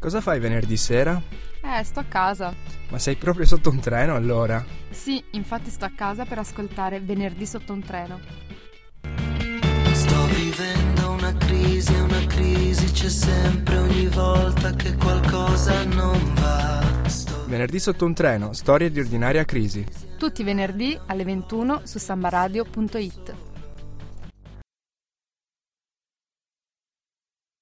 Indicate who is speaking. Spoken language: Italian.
Speaker 1: Cosa fai venerdì sera?
Speaker 2: Sto a casa.
Speaker 1: Ma sei proprio sotto un treno allora?
Speaker 2: Sì, infatti sto a casa per ascoltare Venerdì sotto un treno.
Speaker 3: Sto vivendo una crisi, c'è sempre ogni volta che qualcosa non va.
Speaker 1: Venerdì sotto un treno, storie di ordinaria crisi.
Speaker 2: Tutti i venerdì alle 21 su sambaradio.it.